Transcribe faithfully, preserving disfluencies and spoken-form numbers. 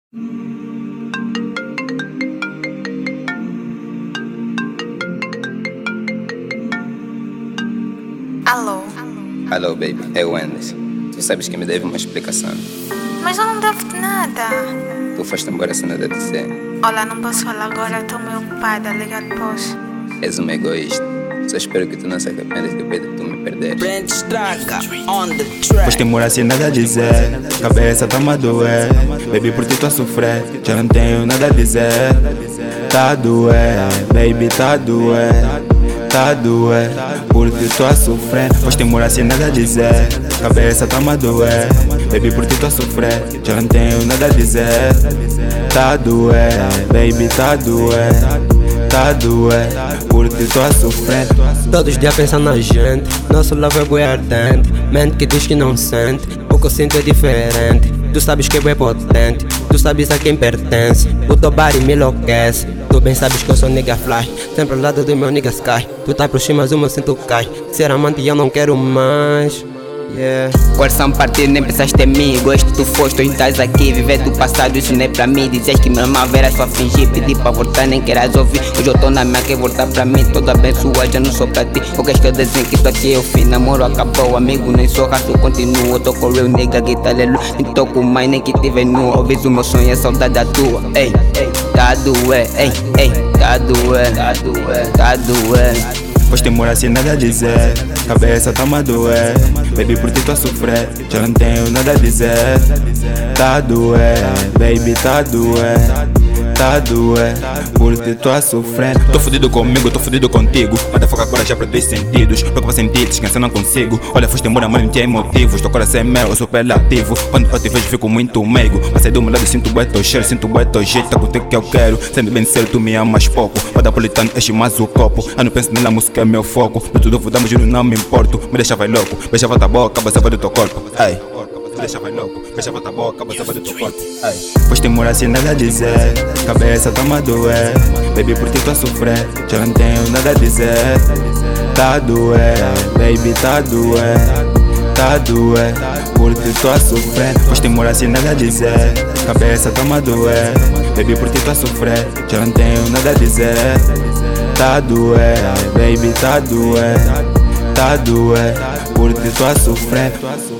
Alô? Alô, baby, é o Anderson. Tu sabes que me deve uma explicação. Mas eu não devo de nada. Tu foste embora sem nada dizer. Olha, não posso falar agora, estou meio ocupada, liga depois. És uma egoísta. Só espero que tu não se arrependas depois de tu me perderes. Brand Straga on the track. Pois tem morar sem nada a dizer. Cabeça tá-me a doer. Baby, por ti tô a sofrer. Já não tenho nada a dizer. Tá a doer, baby, tá a doer. Tá a doer, por ti tô a sofrer. Pois tem morar sem nada a dizer. Cabeça tá-me a doer. Baby, por ti tô a sofrer. Já não tenho nada a dizer. Tá a doer, baby, tá a doer. Tá a doer, por ti tô a sofrer. Todos os dias pensam na gente. Nosso love é bué ardente. Mente que diz que não sente. O que eu sinto é diferente. Tu sabes que é bué potente. Tu sabes a quem pertence. O teu body me enlouquece. Tu bem sabes que eu sou nigga fly. Sempre ao lado do meu nigga sky. Tu tá por cima, mas o meu cinto cai. Ser amante eu não quero mais. Yeah. Coração partido, nem pensaste em mim. Gosto, tu foste, hoje estás aqui. Viver do passado, isso não é pra mim. Dizes que me amava, era só fingir. Pedi pra voltar, nem queras ouvir. Hoje eu tô na minha, quer voltar pra mim. Toda abençoada, já não sou pra ti. O que és que eu desenho que tu aqui é o fim. Namoro acabou, amigo, nem sou raço, continuo. Eu tô com real nigga, guitarra, nem tô com mais, nem que tive nu. Ouvis o meu sonho, é saudade da tua. Ei, ei, tá a doer, ei, ei, tá a doer, tá a doer, tá a doer. Pois tem morar sem nada a dizer. Cabeça tá-me a doer. Baby, por ti tô a sofrer. Já não tenho nada a dizer. Tá a doer, baby, tá a doer. Tá a doer, por ti tô a sofrer. Tô fudido comigo, tô fudido contigo. Manda focar agora já pra dois sentidos. Tô com sentir, descansar não consigo. Olha, foste embora, mas não tinha motivos. Teu coração é meu, eu superlativo. Quando eu te vejo fico muito meigo. Passei do meu lado, sinto bué teu cheiro. Sinto bué teu jeito, tá contigo que eu quero. Sendo bem sério, tu me amas pouco. Padapolitano, enche mais o copo. Eu não penso nela, música é meu foco. No tudo vou dar, mas juro não me importo. Me deixa vai louco, beijava tua boca, basava do teu corpo. Ei, me deixa vai louco, beijava tua boca, basava do teu corpo. Ei, pois tem morar sem nada a dizer. Cabeça tá-me a doer. Baby, por ti tô a sofrer. Já não tenho nada a dizer. Tá a doer, baby, tá a doer. Tá a doer, por ti tô a sofrer. Pois tem morar sem nada a dizer. Cabeça tá-me a doer. Baby, por ti tô a sofrer. Já não tenho nada a dizer. Tá a doer, baby, tá a doer. Tá a doer, por ti tô a sofrer.